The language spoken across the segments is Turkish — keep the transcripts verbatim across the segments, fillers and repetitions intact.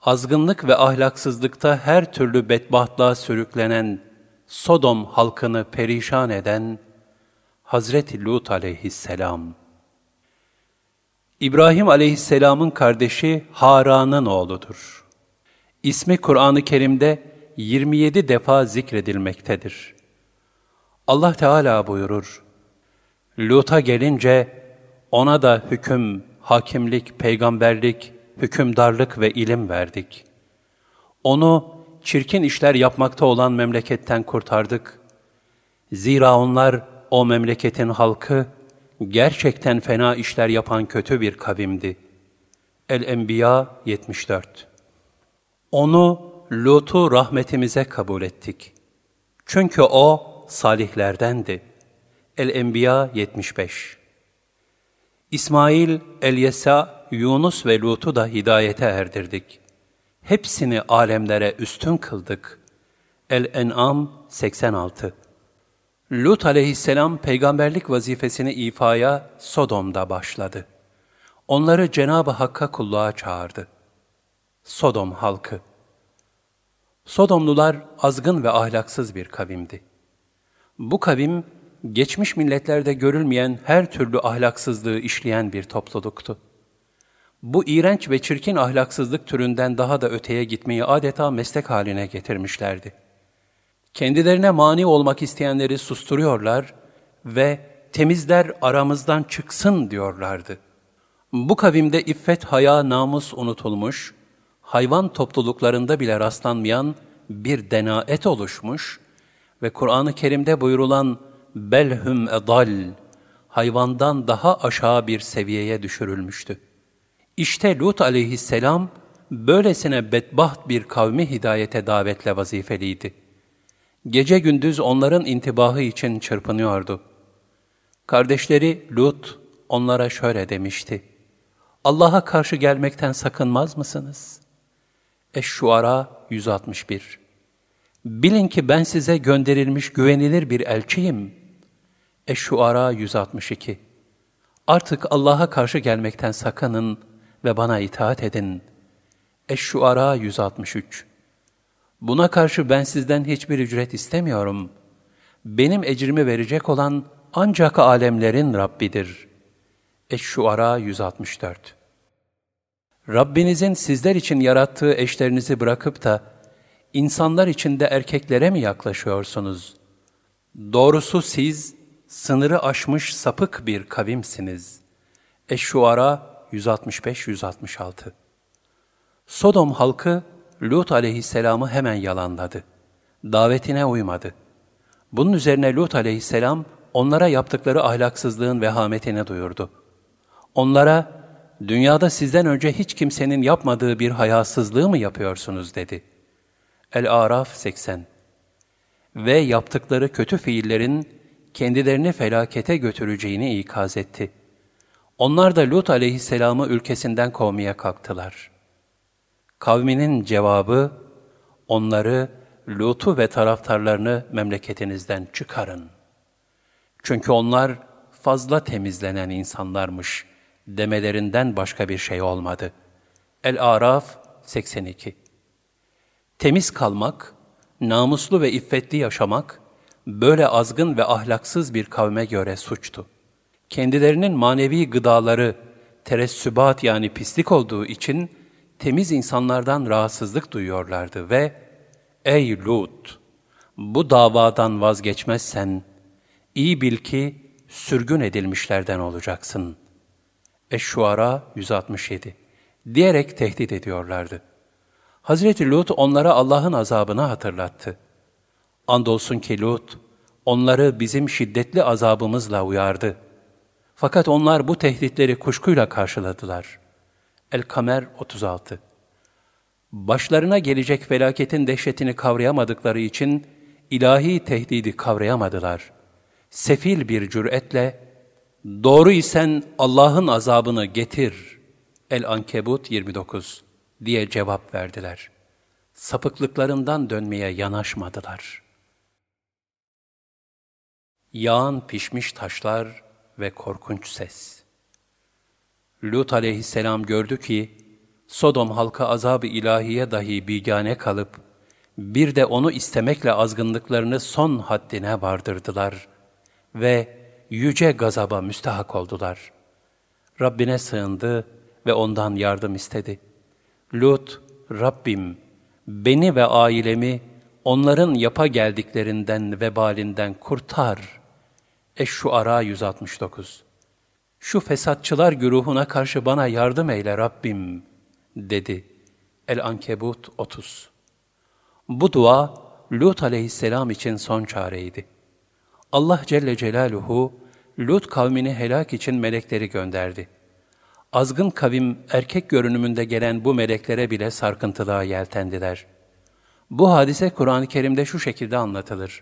azgınlık ve ahlaksızlıkta her türlü bedbahtlığa sürüklenen Sodom halkını perişan eden Hazreti Lut aleyhisselam. İbrahim aleyhisselamın kardeşi Haran'ın oğludur. İsmi Kur'an-ı Kerim'de yirmi yedi defa zikredilmektedir. Allah Teala buyurur, Lut'a gelince ona da hüküm, hakimlik, peygamberlik, hükümdarlık ve ilim verdik. Onu çirkin işler yapmakta olan memleketten kurtardık. Zira onlar o memleketin halkı gerçekten fena işler yapan kötü bir kavimdi. El-Enbiya yetmiş dört. Onu, Lut'u rahmetimize kabul ettik. Çünkü o salihlerdendi. El-Enbiya yetmiş beş. İsmail, El-Yesa, Yunus ve Lut'u da hidayete erdirdik. Hepsini alemlere üstün kıldık. El-En'am seksen altı. Lut aleyhisselam peygamberlik vazifesini ifaya Sodom'da başladı. Onları Cenab-ı Hakk'a kulluğa çağırdı. Sodom halkı. Sodomlular azgın ve ahlaksız bir kavimdi. Bu kavim, geçmiş milletlerde görülmeyen her türlü ahlaksızlığı işleyen bir topluluktu. Bu iğrenç ve çirkin ahlaksızlık türünden daha da öteye gitmeyi adeta meslek haline getirmişlerdi. Kendilerine mani olmak isteyenleri susturuyorlar ve temizler aramızdan çıksın diyorlardı. Bu kavimde iffet, haya, namus unutulmuş, hayvan topluluklarında bile rastlanmayan bir denaet oluşmuş ve Kur'an-ı Kerim'de buyurulan belhum edal, hayvandan daha aşağı bir seviyeye düşürülmüştü. İşte Lut aleyhisselam, böylesine bedbaht bir kavmi hidayete davetle vazifeliydi. Gece gündüz onların intibahı için çırpınıyordu. Kardeşleri Lut onlara şöyle demişti: Allah'a karşı gelmekten sakınmaz mısınız? Eş-Şuara yüz altmış bir. Bilin ki ben size gönderilmiş güvenilir bir elçiyim. Eş-Şuara yüz altmış iki. Artık Allah'a karşı gelmekten sakının ve bana itaat edin. Eş-Şuara yüz altmış üç. Buna karşı ben sizden hiçbir ücret istemiyorum. Benim ecrimi verecek olan ancak alemlerin Rabbidir. Eş-Şuara yüz altmış dört. Rabbinizin sizler için yarattığı eşlerinizi bırakıp da insanlar içinde erkeklere mi yaklaşıyorsunuz? Doğrusu siz sınırı aşmış sapık bir kavimsiniz. Eş-Şuara yüz altmış beş yüz altmış altı. Sodom halkı Lut aleyhisselamı hemen yalanladı. Davetine uymadı. Bunun üzerine Lut aleyhisselam onlara yaptıkları ahlaksızlığın vehametini duyurdu. Onlara, dünyada sizden önce hiç kimsenin yapmadığı bir hayasızlığı mı yapıyorsunuz dedi. El-Araf seksen. Ve yaptıkları kötü fiillerin kendilerini felakete götüreceğini ikaz etti. Onlar da Lut aleyhisselamı ülkesinden kovmaya kalktılar. Kavminin cevabı, onları, Lut'u ve taraftarlarını memleketinizden çıkarın. Çünkü onlar fazla temizlenen insanlarmış demelerinden başka bir şey olmadı. El-Araf seksen iki. Temiz kalmak, namuslu ve iffetli yaşamak, böyle azgın ve ahlaksız bir kavme göre suçtu. Kendilerinin manevi gıdaları, teressübat yani pislik olduğu için, temiz insanlardan rahatsızlık duyuyorlardı ve ''Ey Lut, bu davadan vazgeçmezsen, iyi bil ki sürgün edilmişlerden olacaksın.'' Eş-Şuara yüz altmış yedi diyerek tehdit ediyorlardı. Hazreti Lut onlara Allah'ın azabını hatırlattı. Andolsun ki Lut, onları bizim şiddetli azabımızla uyardı. Fakat onlar bu tehditleri kuşkuyla karşıladılar. El-Kamer otuz altı. Başlarına gelecek felaketin dehşetini kavrayamadıkları için ilahi tehdidi kavrayamadılar. Sefil bir cüretle, "Doğru isen Allah'ın azabını getir." El-Ankebut yirmi dokuz diye cevap verdiler. Sapıklıklarından dönmeye yanaşmadılar. Yağan pişmiş taşlar ve korkunç ses. Lut aleyhisselam gördü ki, Sodom halkı azab-ı ilahiye dahi bigane kalıp, bir de onu istemekle azgınlıklarını son haddine vardırdılar ve yüce gazaba müstahak oldular. Rabbine sığındı ve ondan yardım istedi. Lut, Rabbim, beni ve ailemi onların yapa geldiklerinden vebalinden kurtar. Eş-Şuara yüz altmış dokuz. Şu fesatçılar güruhuna karşı bana yardım eyle Rabbim, dedi. El-Ankebut otuz. Bu dua, Lut aleyhisselam için son çareydi. Allah Celle Celaluhu, Lut kavmini helak için melekleri gönderdi. Azgın kavim, erkek görünümünde gelen bu meleklere bile sarkıntılığa yeltendiler. Bu hadise Kur'an-ı Kerim'de şu şekilde anlatılır.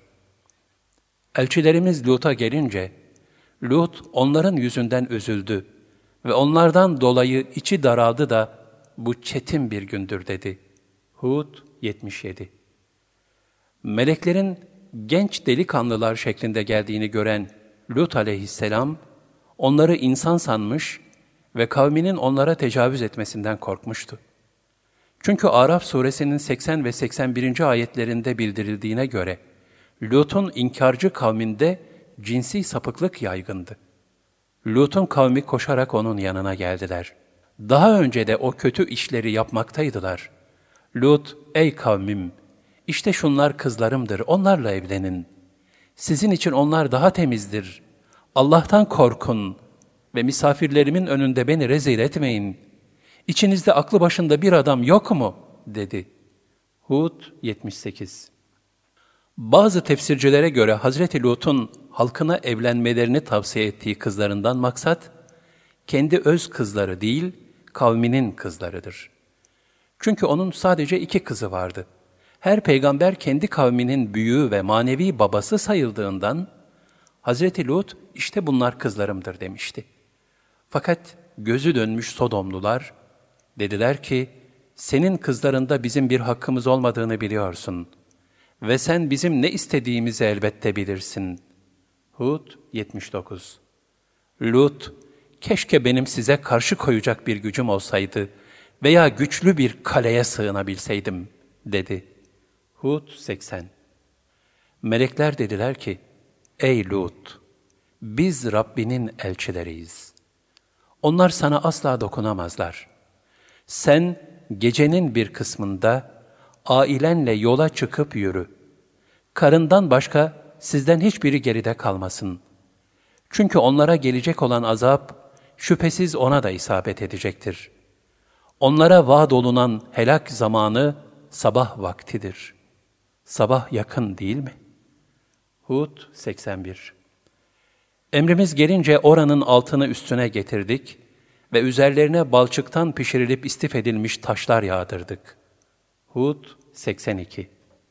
Elçilerimiz Lut'a gelince, Lut onların yüzünden üzüldü ve onlardan dolayı içi daraldı da bu çetin bir gündür dedi. Hud yetmiş yedi. Meleklerin genç delikanlılar şeklinde geldiğini gören Lut aleyhisselam, onları insan sanmış ve kavminin onlara tecavüz etmesinden korkmuştu. Çünkü Araf suresinin seksen ve seksen birinci ayetlerinde bildirildiğine göre, Lut'un inkarcı kavminde cinsi sapıklık yaygındı. Lut'un kavmi koşarak onun yanına geldiler. Daha önce de o kötü işleri yapmaktaydılar. Lut, ey kavmim, işte şunlar kızlarımdır, onlarla evlenin. Sizin için onlar daha temizdir. Allah'tan korkun ve misafirlerimin önünde beni rezil etmeyin. İçinizde aklı başında bir adam yok mu? Dedi. Hud yetmiş sekiz. Bazı tefsircilere göre Hazreti Lut'un halkına evlenmelerini tavsiye ettiği kızlarından maksat, kendi öz kızları değil, kavminin kızlarıdır. Çünkü onun sadece iki kızı vardı. Her peygamber kendi kavminin büyüğü ve manevi babası sayıldığından, Hazreti Lut, işte bunlar kızlarımdır demişti. Fakat gözü dönmüş Sodomlular, dediler ki, senin kızlarında bizim bir hakkımız olmadığını biliyorsun ve sen bizim ne istediğimizi elbette bilirsin. Hud yetmiş dokuz. Lut, keşke benim size karşı koyacak bir gücüm olsaydı veya güçlü bir kaleye sığınabilseydim, dedi. Hud seksen. Melekler dediler ki, ey Lut, biz Rabbinin elçileriyiz. Onlar sana asla dokunamazlar. Sen gecenin bir kısmında ailenle yola çıkıp yürü. Karından başka sizden hiçbiri geride kalmasın. Çünkü onlara gelecek olan azap şüphesiz ona da isabet edecektir. Onlara vaad olunan helak zamanı sabah vaktidir. Sabah yakın değil mi? Hud seksen bir. Emrimiz gelince oranın altını üstüne getirdik ve üzerlerine balçıktan pişirilip istif edilmiş taşlar yağdırdık. Hud seksen iki.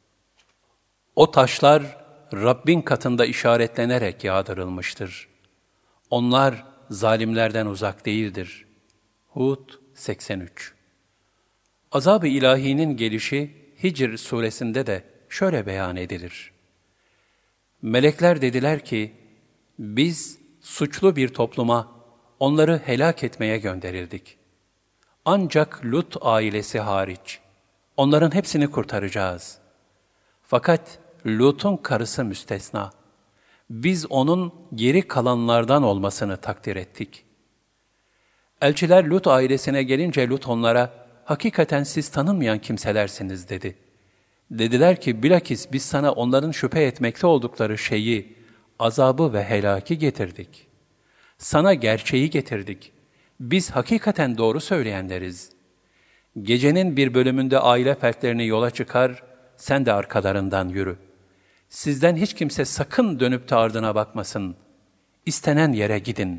O taşlar Rabbin katında işaretlenerek yağdırılmıştır. Onlar zalimlerden uzak değildir. Hud seksen üç. Azab-ı ilahinin gelişi Hicr suresinde de şöyle beyan edilir. Melekler dediler ki, biz suçlu bir topluma onları helak etmeye gönderildik. Ancak Lut ailesi hariç onların hepsini kurtaracağız. Fakat Lut'un karısı müstesna. Biz onun geri kalanlardan olmasını takdir ettik. Elçiler Lut ailesine gelince Lut onlara, hakikaten siz tanınmayan kimselersiniz dedi. Dediler ki, bilakis biz sana onların şüphe etmekte oldukları şeyi, azabı ve helaki getirdik. Sana gerçeği getirdik. Biz hakikaten doğru söyleyenleriz. Gecenin bir bölümünde aile fertlerini yola çıkar, sen de arkalarından yürü. Sizden hiç kimse sakın dönüp de ardına bakmasın. İstenen yere gidin.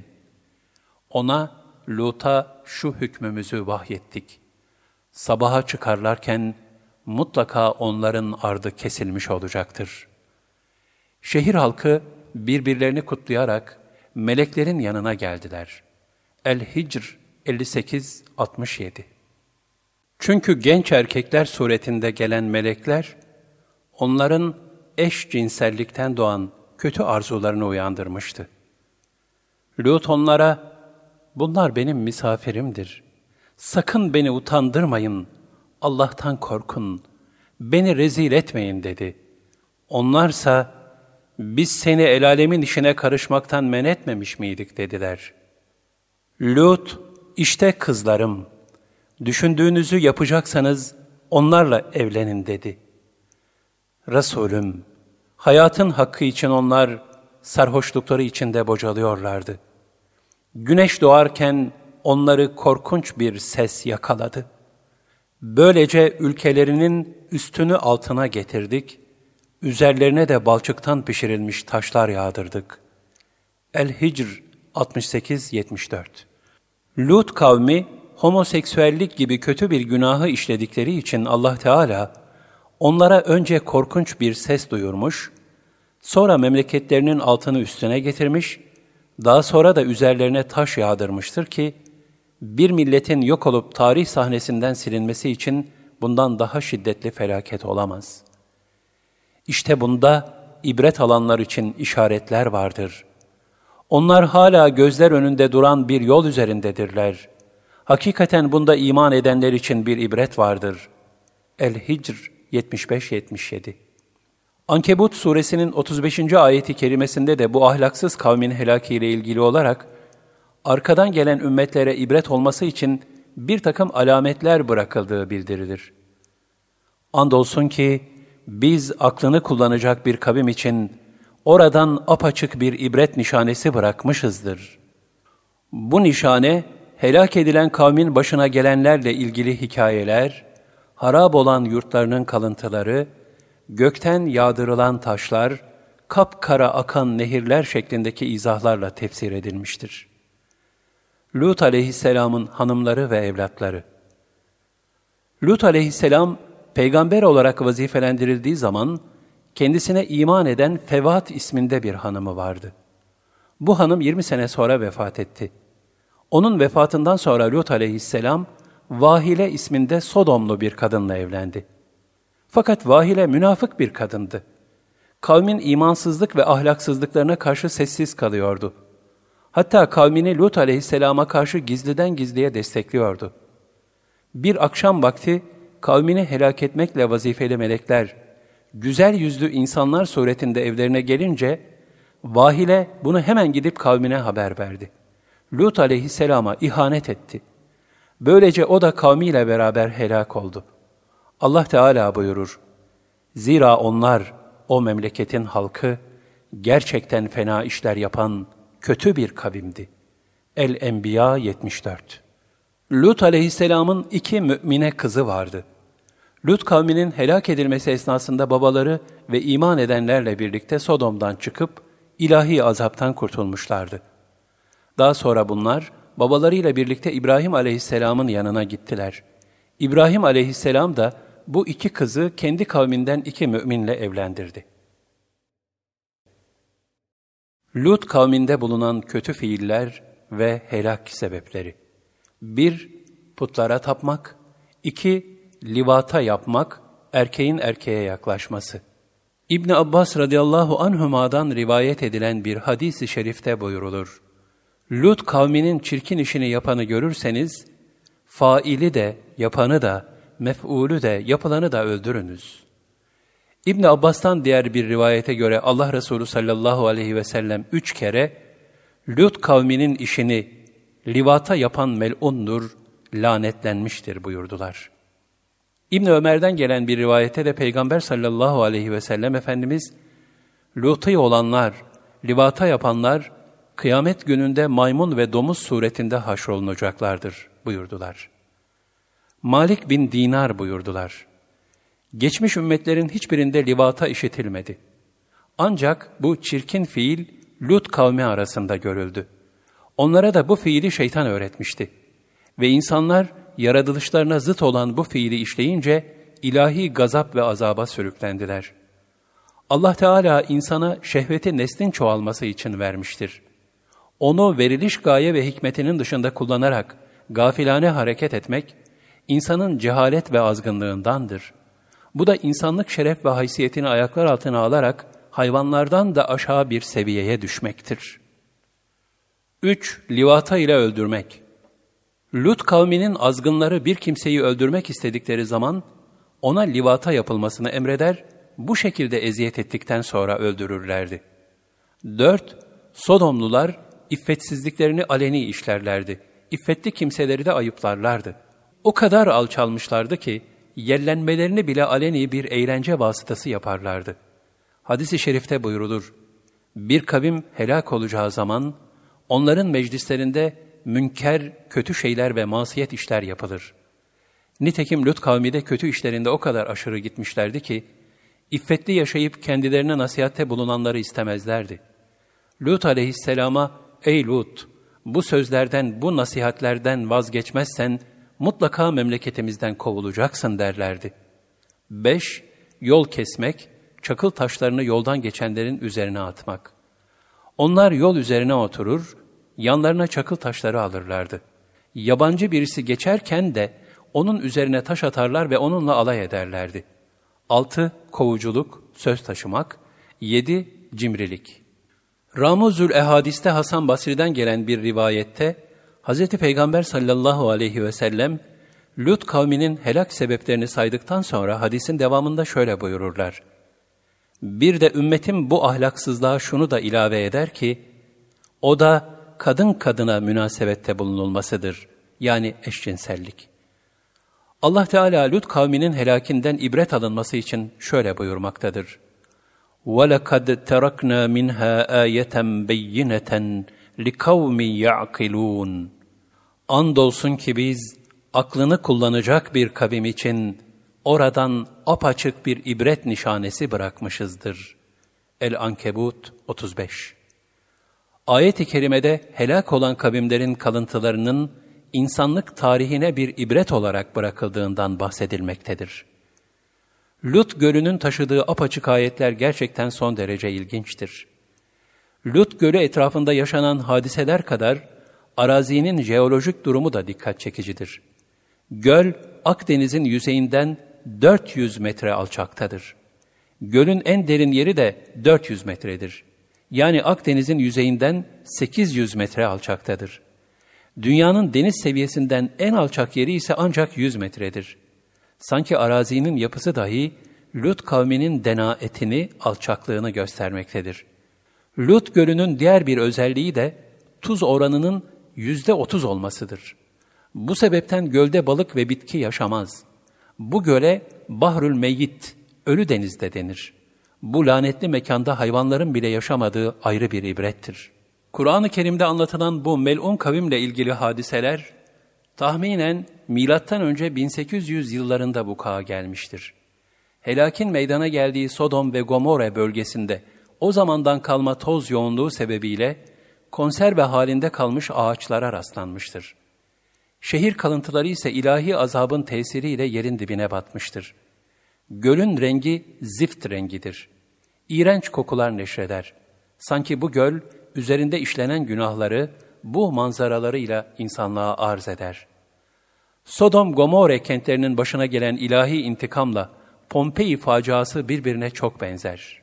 Ona, Lut'a şu hükmümüzü vahyettik. Sabaha çıkarlarken mutlaka onların ardı kesilmiş olacaktır. Şehir halkı birbirlerini kutlayarak meleklerin yanına geldiler. El-Hicr elli sekiz altmış yedi. Çünkü genç erkekler suretinde gelen melekler, onların eşcinsellikten doğan kötü arzularını uyandırmıştı. Lut onlara, bunlar benim misafirimdir. Sakın beni utandırmayın, Allah'tan korkun, beni rezil etmeyin dedi. Onlarsa, biz seni el alemin işine karışmaktan men etmemiş miydik dediler. Lut, işte kızlarım, düşündüğünüzü yapacaksanız onlarla evlenin dedi. Resulüm, hayatın hakkı için onlar sarhoşlukları içinde bocalıyorlardı. Güneş doğarken onları korkunç bir ses yakaladı. Böylece ülkelerinin üstünü altına getirdik, üzerlerine de balçıktan pişirilmiş taşlar yağdırdık. El-Hicr altmış sekiz yetmiş dört. Lut kavmi, homoseksüellik gibi kötü bir günahı işledikleri için Allah Teala, onlara önce korkunç bir ses duyurmuş, sonra memleketlerinin altını üstüne getirmiş, daha sonra da üzerlerine taş yağdırmıştır ki, bir milletin yok olup tarih sahnesinden silinmesi için bundan daha şiddetli felaket olamaz. İşte bunda ibret alanlar için işaretler vardır. Onlar hala gözler önünde duran bir yol üzerindedirler. Hakikaten bunda iman edenler için bir ibret vardır. El-Hicr yetmiş beş yetmiş yedi. Ankebut suresinin otuz beşinci ayeti kerimesinde de bu ahlaksız kavmin helakiyle ilgili olarak, arkadan gelen ümmetlere ibret olması için bir takım alametler bırakıldığı bildirilir. Andolsun ki biz aklını kullanacak bir kavim için oradan apaçık bir ibret nişanesi bırakmışızdır. Bu nişane, helak edilen kavmin başına gelenlerle ilgili hikayeler, harap olan yurtlarının kalıntıları, gökten yağdırılan taşlar, kapkara akan nehirler şeklindeki izahlarla tefsir edilmiştir. Lut aleyhisselamın hanımları ve evlatları. Lut aleyhisselam, peygamber olarak vazifelendirildiği zaman, kendisine iman eden Fevat isminde bir hanımı vardı. Bu hanım yirmi sene sonra vefat etti. Onun vefatından sonra Lut aleyhisselam, Vahile isminde Sodomlu bir kadınla evlendi. Fakat Vahile münafık bir kadındı. Kavmin imansızlık ve ahlaksızlıklarına karşı sessiz kalıyordu. Hatta kavmini Lut aleyhisselama karşı gizliden gizliye destekliyordu. Bir akşam vakti kavmini helak etmekle vazifeli melekler, güzel yüzlü insanlar suretinde evlerine gelince, Vahile bunu hemen gidip kavmine haber verdi. Lut aleyhisselama ihanet etti. Böylece o da kavmiyle beraber helak oldu. Allah Teala buyurur, zira onlar, o memleketin halkı, gerçekten fena işler yapan kötü bir kavimdi. El-Enbiya yetmiş dört. Lut aleyhisselamın iki mümine kızı vardı. Lut kavminin helak edilmesi esnasında babaları ve iman edenlerle birlikte Sodom'dan çıkıp ilahi azaptan kurtulmuşlardı. Daha sonra bunlar babalarıyla birlikte İbrahim aleyhisselamın yanına gittiler. İbrahim aleyhisselam da bu iki kızı kendi kavminden iki müminle evlendirdi. Lut kavminde bulunan kötü fiiller ve helak sebepleri. bir Putlara tapmak. iki Livata yapmak, erkeğin erkeğe yaklaşması. İbn Abbas radıyallahu anhuma'dan rivayet edilen bir hadis-i şerifte buyurulur. Lut kavminin çirkin işini yapanı görürseniz, faili de, yapanı da, mef'ulü de, yapılanı da öldürünüz. İbn Abbas'tan diğer bir rivayete göre Allah Resulü sallallahu aleyhi ve sellem üç kere, Lut kavminin işini livata yapan mel'undur, lanetlenmiştir buyurdular. İbn Ömer'den gelen bir rivayete de Peygamber sallallahu aleyhi ve sellem Efendimiz, Lut'u olanlar, livata yapanlar, kıyamet gününde maymun ve domuz suretinde haşrolunacaklardır buyurdular. Malik bin Dinar buyurdular. Geçmiş ümmetlerin hiçbirinde livata işitilmedi. Ancak bu çirkin fiil Lut kavmi arasında görüldü. Onlara da bu fiili şeytan öğretmişti. Ve insanlar yaratılışlarına zıt olan bu fiili işleyince ilahi gazap ve azaba sürüklendiler. Allah Teala insana şehveti neslin çoğalması için vermiştir. Onu veriliş gaye ve hikmetinin dışında kullanarak gafilane hareket etmek, insanın cehalet ve azgınlığındandır. Bu da insanlık şeref ve haysiyetini ayaklar altına alarak hayvanlardan da aşağı bir seviyeye düşmektir. üç Livata ile öldürmek. Lut kavminin azgınları bir kimseyi öldürmek istedikleri zaman ona livata yapılmasını emreder, bu şekilde eziyet ettikten sonra öldürürlerdi. Dört, Sodomlular iffetsizliklerini aleni işlerlerdi. İffetli kimseleri de ayıplarlardı. O kadar alçalmışlardı ki yellenmelerini bile aleni bir eğlence vasıtası yaparlardı. Hadis-i şerifte buyrulur, bir kavim helak olacağı zaman onların meclislerinde münker, kötü şeyler ve masiyet işler yapılır. Nitekim Lut kavmi de kötü işlerinde o kadar aşırı gitmişlerdi ki, iffetli yaşayıp kendilerine nasihatte bulunanları istemezlerdi. Lut aleyhisselama, ''Ey Lut, bu sözlerden, bu nasihatlerden vazgeçmezsen mutlaka memleketimizden kovulacaksın.'' derlerdi. Beş, Yol kesmek, çakıl taşlarını yoldan geçenlerin üzerine atmak. Onlar yol üzerine oturur, yanlarına çakıl taşları alırlardı. Yabancı birisi geçerken de onun üzerine taş atarlar ve onunla alay ederlerdi. Altı, Kovuculuk, söz taşımak. Yedi, Cimrilik. Ramuzül Ehadis'te Hasan Basri'den gelen bir rivayette, Hz. Peygamber sallallahu aleyhi ve sellem, Lut kavminin helak sebeplerini saydıktan sonra hadisin devamında şöyle buyururlar. Bir de ümmetim bu ahlaksızlığa şunu da ilave eder ki, o da kadın kadına münasebette bulunulmasıdır. Yani eşcinsellik. Allah Teala Lut kavminin helakinden ibret alınması için şöyle buyurmaktadır. وَلَقَدْ تَرَكْنَا مِنْهَا آيَةً بَيِّنَةً لِقَوْمٍ يَعْقِلُونَ Andolsun ki biz aklını kullanacak bir kavim için oradan apaçık bir ibret nişanesi bırakmışızdır. El-Ankebut otuz beş. Ayet-i kerimede helak olan kavimlerin kalıntılarının insanlık tarihine bir ibret olarak bırakıldığından bahsedilmektedir. Lut Gölü'nün taşıdığı apaçık ayetler gerçekten son derece ilginçtir. Lut Gölü etrafında yaşanan hadiseler kadar arazinin jeolojik durumu da dikkat çekicidir. Göl, Akdeniz'in yüzeyinden dört yüz metre alçaktadır. Gölün en derin yeri de dört yüz metredir. Yani Akdeniz'in yüzeyinden sekiz yüz metre alçaktadır. Dünyanın deniz seviyesinden en alçak yeri ise ancak yüz metredir. Sanki arazinin yapısı dahi Lut kavminin denaetini, alçaklığını göstermektedir. Lut Gölü'nün diğer bir özelliği de tuz oranının yüzde otuz olmasıdır. Bu sebepten gölde balık ve bitki yaşamaz. Bu göle Bahrül Meyyit, ölü deniz de denir. Bu lanetli mekanda hayvanların bile yaşamadığı ayrı bir ibrettir. Kur'an-ı Kerim'de anlatılan bu melun kavimle ilgili hadiseler, tahminen milattan önce bin sekiz yüz yıllarında vuku'a gelmiştir. Helakin meydana geldiği Sodom ve Gomorre bölgesinde o zamandan kalma toz yoğunluğu sebebiyle konserve halinde kalmış ağaçlara rastlanmıştır. Şehir kalıntıları ise ilahi azabın tesiriyle yerin dibine batmıştır. Gölün rengi zift rengidir. İğrenç kokular neşreder. Sanki bu göl, üzerinde işlenen günahları bu manzaralarıyla insanlığa arz eder. Sodom Gomorre kentlerinin başına gelen ilahi intikamla Pompei faciası birbirine çok benzer.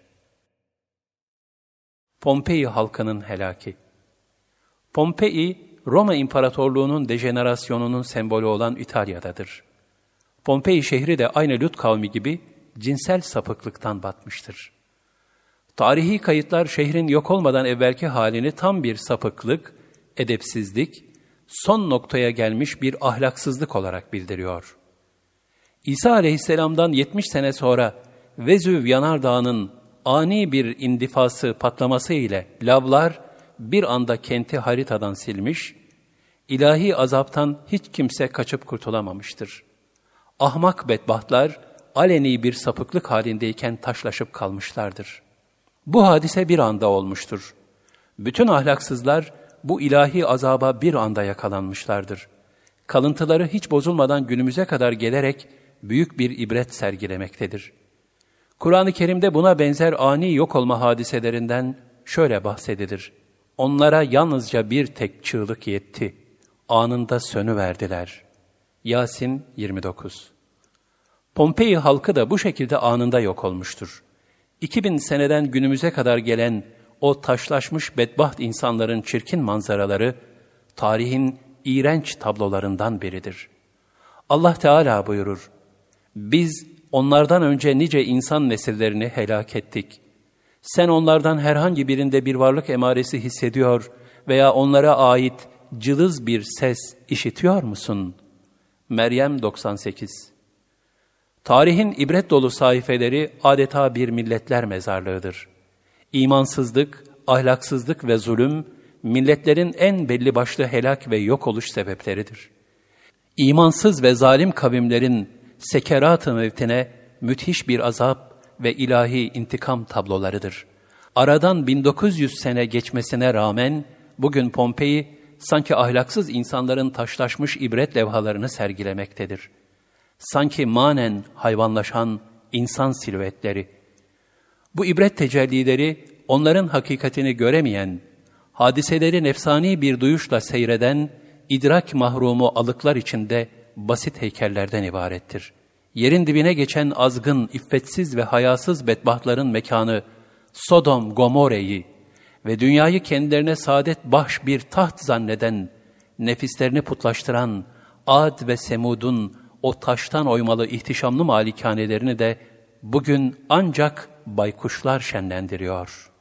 Pompei halkının helaki. Pompei, Roma İmparatorluğu'nun dejenerasyonunun sembolü olan İtalya'dadır. Pompei şehri de aynı Lut kavmi gibi cinsel sapıklıktan batmıştır. Tarihi kayıtlar şehrin yok olmadan evvelki halini tam bir sapıklık, edepsizlik, son noktaya gelmiş bir ahlaksızlık olarak bildiriyor. İsa aleyhisselamdan yetmiş sene sonra Vezüv yanardağının ani bir indifası patlaması ile lavlar bir anda kenti haritadan silmiş, ilahi azaptan hiç kimse kaçıp kurtulamamıştır. Ahmak bedbahtlar aleni bir sapıklık halindeyken taşlaşıp kalmışlardır. Bu hadise bir anda olmuştur. Bütün ahlaksızlar bu ilahi azaba bir anda yakalanmışlardır. Kalıntıları hiç bozulmadan günümüze kadar gelerek büyük bir ibret sergilemektedir. Kur'an-ı Kerim'de buna benzer ani yok olma hadiselerinden şöyle bahsedilir. Onlara yalnızca bir tek çığlık yetti. Anında sönüverdiler. Yasin yirmi dokuz. Pompei halkı da bu şekilde anında yok olmuştur. iki bin seneden günümüze kadar gelen o taşlaşmış bedbaht insanların çirkin manzaraları, tarihin iğrenç tablolarından biridir. Allah Teala buyurur, biz onlardan önce nice insan nesillerini helak ettik. Sen onlardan herhangi birinde bir varlık emaresi hissediyor veya onlara ait cılız bir ses işitiyor musun? Meryem doksan sekiz. Tarihin ibret dolu sayfeleri adeta bir milletler mezarlığıdır. İmansızlık, ahlaksızlık ve zulüm, milletlerin en belli başlı helak ve yok oluş sebepleridir. İmansız ve zalim kavimlerin sekerat-ı mevtine müthiş bir azap ve ilahi intikam tablolarıdır. Aradan bin dokuz yüz sene geçmesine rağmen bugün Pompei sanki ahlaksız insanların taşlaşmış ibret levhalarını sergilemektedir. Sanki manen hayvanlaşan insan silüetleri. Bu ibret tecellileri onların hakikatini göremeyen, hadiseleri nefsani bir duyuşla seyreden, idrak mahrumu alıklar içinde basit heykellerden ibarettir. Yerin dibine geçen azgın, iffetsiz ve hayasız bedbahtların mekanı Sodom, Gomorre'yi ve dünyayı kendilerine saadet bahş bir taht zanneden, nefislerini putlaştıran Ad ve Semud'un o taştan oymalı ihtişamlı malikanelerini de bugün ancak baykuşlar şenlendiriyor.